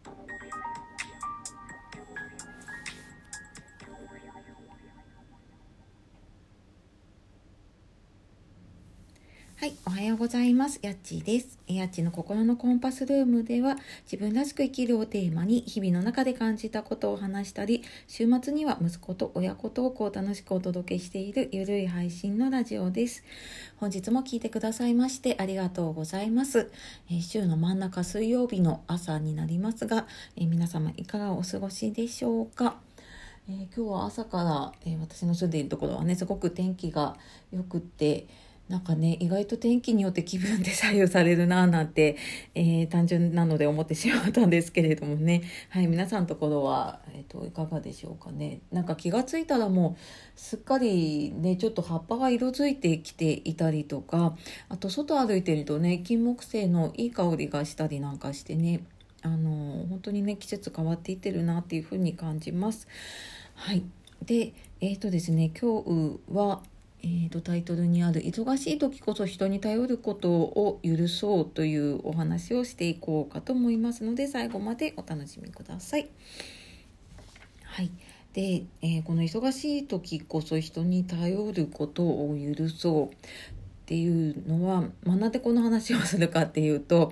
はい、おはようございます。やっちーです。やっちの心のコンパスルームでは、自分らしく生きるをテーマに日々の中で感じたことを話したり、週末には息子と親子トークを楽しくお届けしているゆるい配信のラジオです。本日も聞いてくださいましてありがとうございます。週の真ん中水曜日の朝になりますが、皆様いかがお過ごしでしょうか。今日は朝から、私の住んでいるところはね、すごく天気が良くって、なんかね、意外と天気によって気分で左右されるなぁなんて、単純なので思ってしまったんですけれどもね。はい、皆さんのところは、いかがでしょうかね。なんか気がついたらもうすっかりね、ちょっと葉っぱが色づいてきていたりとか、あと外歩いてるとね、金木犀のいい香りがしたりなんかしてね、本当にね、季節変わっていってるなっていうふうに感じます。はい。で、ですね、今日は、タイトルにある忙しい時こそ人に頼ることを許そうというお話をしていこうかと思いますので、最後までお楽しみください。はい。で、この忙しい時こそ人に頼ることを許そうっていうのは、なんでこの話をするかっていうと、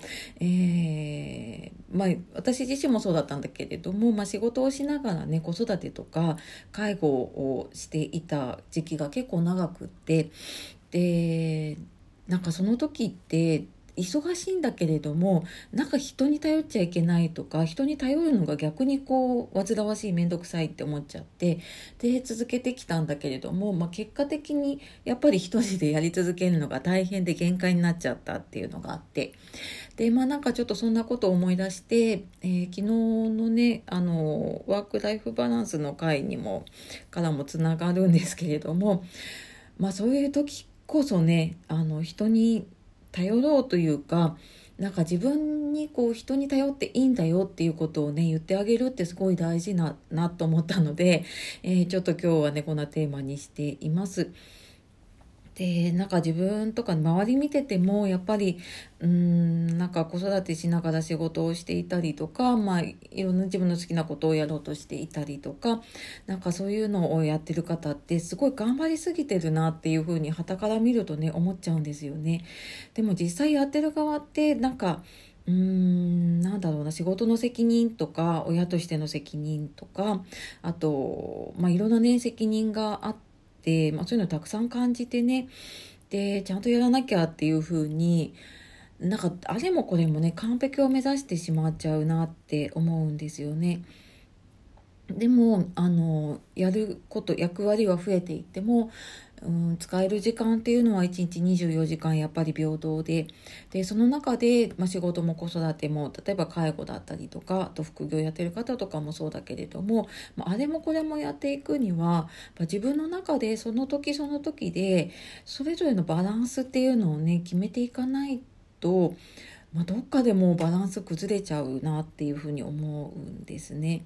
私自身もそうだったんだけれども、仕事をしながらね、子育てとか介護をしていた時期が結構長くって、で、なんかその時って忙しいんだけれども、なんか人に頼っちゃいけないとか、人に頼るのが逆にこう煩わしい、めんどくさいって思っちゃって、で続けてきたんだけれども、結果的にやっぱり一人でやり続けるのが大変で限界になっちゃったっていうのがあって、でなんかちょっとそんなことを思い出して、昨日のねワークライフバランスの会にもからもつながるんですけれども、そういう時こそね、人に頼ろうというか、なんか自分にこう人に頼っていいんだよっていうことをね言ってあげるってすごい大事なと思ったので、ちょっと今日はねこんなテーマにしています。で、なんか自分とか周り見ててもやっぱりなんか子育てしながら仕事をしていたりとか、いろんな自分の好きなことをやろうとしていたりとか、なんかそういうのをやってる方ってすごい頑張りすぎてるなっていうふうに傍から見るとね思っちゃうんですよね。でも実際やってる側ってなんかなんだろうな、仕事の責任とか親としての責任とか、あといろんなね責任があって、そういうのたくさん感じてね、でちゃんとやらなきゃっていう風に、なんかあれもこれもね完璧を目指してしまっちゃうなって思うんですよね。でもやること役割は増えていっても、使える時間っていうのは1日24時間やっぱり平等で、その中で、仕事も子育ても、例えば介護だったりとか、あと副業やってる方とかもそうだけれども、あれもこれもやっていくには、自分の中でその時その時でそれぞれのバランスっていうのをね決めていかないと、どっかでもうバランス崩れちゃうなっていうふうに思うんですね。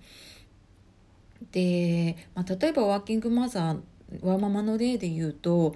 で、例えばワーキングマザーワーママの例で言うと、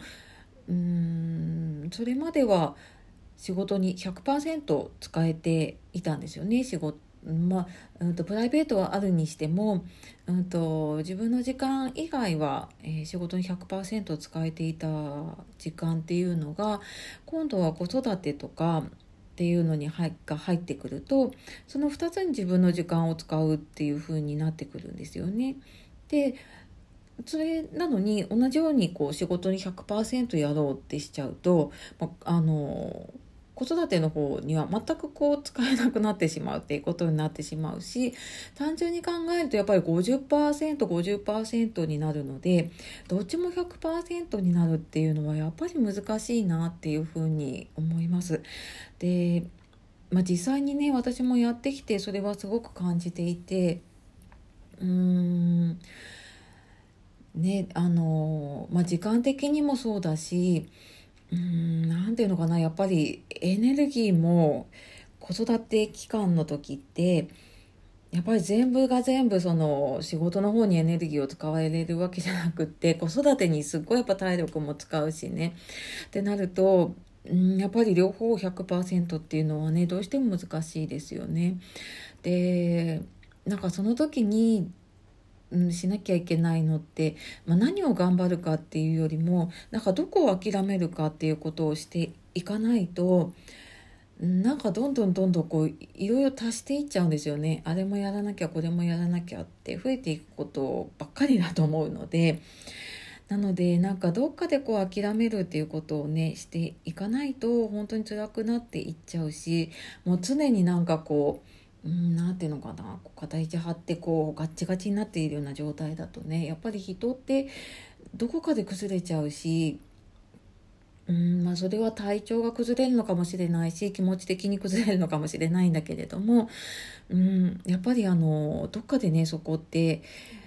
それまでは仕事に 100% 使えていたんですよね。仕事プライベートはあるにしても、自分の時間以外は、仕事に 100% 使えていた時間っていうのが、今度は子育てとかっていうのにが入ってくると、その2つに自分の時間を使うっていう風になってくるんですよね。でそれなのに同じようにこう仕事に 100% やろうってしちゃうと、子育ての方には全くこう使えなくなってしまうっていうことになってしまうし、単純に考えるとやっぱり 50%50% になるので、どっちも 100% になるっていうのはやっぱり難しいなっていうふうに思います。で、実際にね私もやってきてそれはすごく感じていて、時間的にもそうだし、なんていうのかな、やっぱりエネルギーも子育て期間の時ってやっぱり全部が全部その仕事の方にエネルギーを使われるわけじゃなくって、子育てにすっごいやっぱ体力も使うしねってなると、 やっぱり両方100%っていうのはねどうしても難しいですよね。でなんかその時に、しなきゃいけないのって、何を頑張るかっていうよりもなんかどこを諦めるかっていうことをしていかないと、なんかどんどんこういろいろ足していっちゃうんですよね。あれもやらなきゃこれもやらなきゃって増えていくことばっかりだと思うので、なのでなんかどっかでこう諦めるっていうことをねしていかないと本当に辛くなっていっちゃうし、もう常になんかこう、なんていうのかな、こう肩肘張ってこうガッチガチになっているような状態だとね、やっぱり人ってどこかで崩れちゃうし、それは体調が崩れるのかもしれないし気持ち的に崩れるのかもしれないんだけれども、やっぱりどっかでねそこって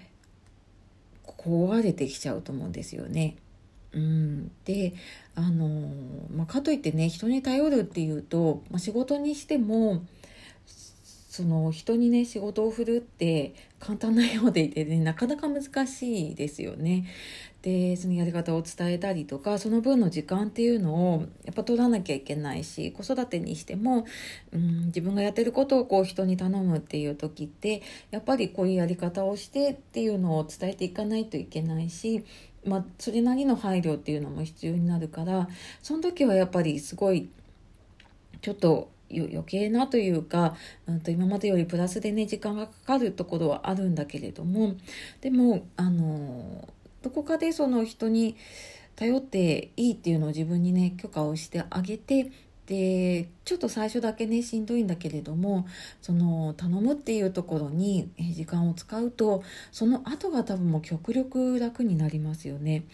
壊れてきちゃうと思うんですよね。でかといってね人に頼るっていうと、仕事にしてもその人にね仕事を振るって簡単なようでいてねなかなか難しいですよね。でそのやり方を伝えたりとかその分の時間っていうのをやっぱ取らなきゃいけないし、子育てにしても、自分がやってることをこう人に頼むっていう時ってやっぱりこういうやり方をしてっていうのを伝えていかないといけないし、それなりの配慮っていうのも必要になるから、その時はやっぱりすごいちょっと余計なというか、今までよりプラスでね時間がかかるところはあるんだけれども、でもどこかでその人に頼っていいっていうのを自分にね許可をしてあげて、でちょっと最初だけねしんどいんだけれども、その頼むっていうところに時間を使うとその後が多分もう極力楽になりますよね。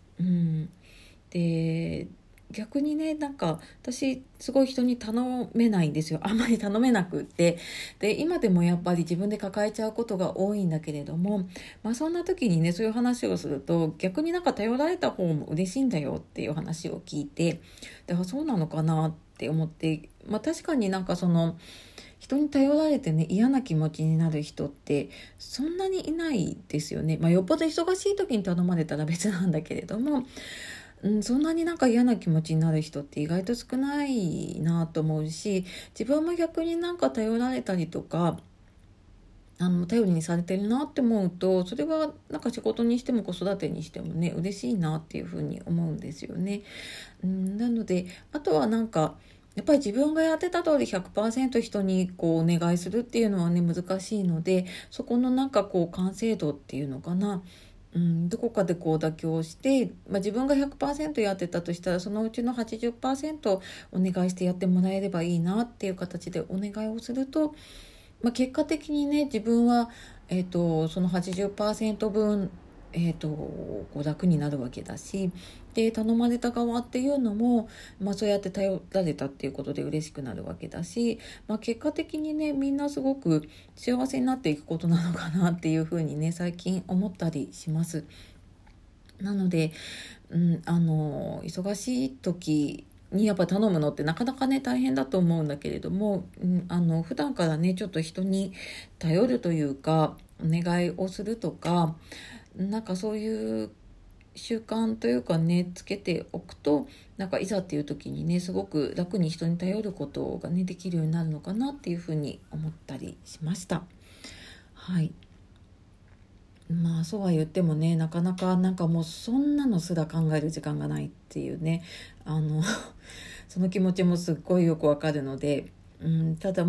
で逆にねなんか私すごい人に頼めないんですよ。あんまり頼めなくって、で今でもやっぱり自分で抱えちゃうことが多いんだけれども、そんな時にねそういう話をすると逆になんか頼られた方も嬉しいんだよっていう話を聞いて、だからそうなのかなって思って、確かになんかその人に頼られてね嫌な気持ちになる人ってそんなにいないですよね。よっぽど忙しい時に頼まれたら別なんだけれども、そんなになんか嫌な気持ちになる人って意外と少ないなと思うし、自分も逆になんか頼られたりとか頼りにされてるなって思うと、それはなんか仕事にしても子育てにしてもね嬉しいなっていうふうに思うんですよね。なのであとはなんかやっぱり自分がやってた通り 100% 人にこうお願いするっていうのはね難しいので、そこのなんかこう完成度っていうのかな、どこかでこう妥協して、自分が 100% やってたとしたらそのうちの 80% お願いしてやってもらえればいいなっていう形でお願いをすると、結果的にね自分は、その80%分、こう楽になるわけだし、で頼まれた側っていうのも、そうやって頼られたっていうことで嬉しくなるわけだし、結果的にねみんなすごく幸せになっていくことなのかなっていうふうにね最近思ったりします。なので、忙しい時にやっぱ頼むのってなかなかね大変だと思うんだけれども、普段からねちょっと人に頼るというかお願いをするとか、なんかそういう習慣というかねつけておくと、なんかいざっていう時にねすごく楽に人に頼ることがねできるようになるのかなっていうふうに思ったりしました。はい。そうは言ってもねなかなかなんかもうそんなのすら考える時間がないっていうね、その気持ちもすっごいよくわかるので、ただ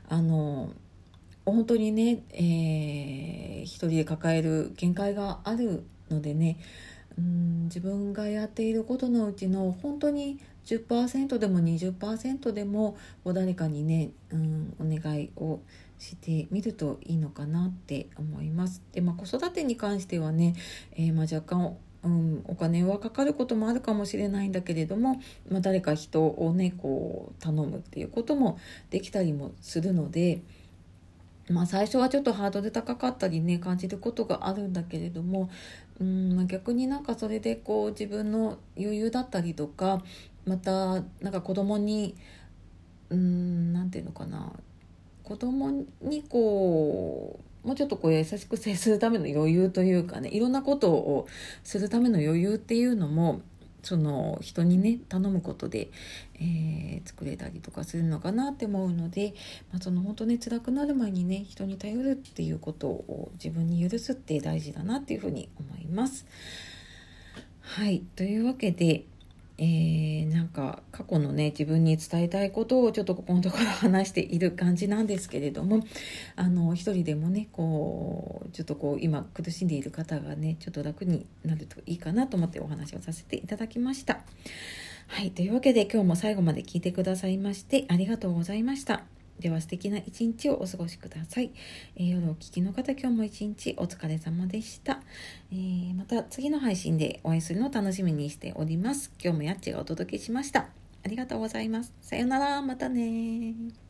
本当にね、一人で抱える限界があるのでね、自分がやっていることのうちの本当に10%でも20%でも誰かにね、お願いをしてみるといいのかなって思います。で、子育てに関してはね、若干お金はかかることもあるかもしれないんだけれども、誰か人をねこう頼むっていうこともできたりもするので、最初はちょっとハードル高かったりね感じることがあるんだけれども、逆になんかそれでこう自分の余裕だったりとか、またなんか子供になんていうのかな、子供にこうもうちょっとこう優しく接するための余裕というかね、いろんなことをするための余裕っていうのもその人にね頼むことで、作れたりとかするのかなって思うので、その本当ね辛くなる前にね人に頼るっていうことを自分に許すって大事だなっていうふうに思います。はい、というわけで、なんか過去のね自分に伝えたいことをちょっとここのところ話している感じなんですけれども、一人でもねこうちょっとこう今苦しんでいる方がねちょっと楽になるといいかなと思ってお話をさせていただきました。はい、というわけで今日も最後まで聞いてくださいましてありがとうございました。では素敵な一日をお過ごしください。夜お聞きの方、今日も一日お疲れ様でした。また次の配信でお会いするのを楽しみにしております。今日もやっちがお届けしました。ありがとうございます。さようなら、またね。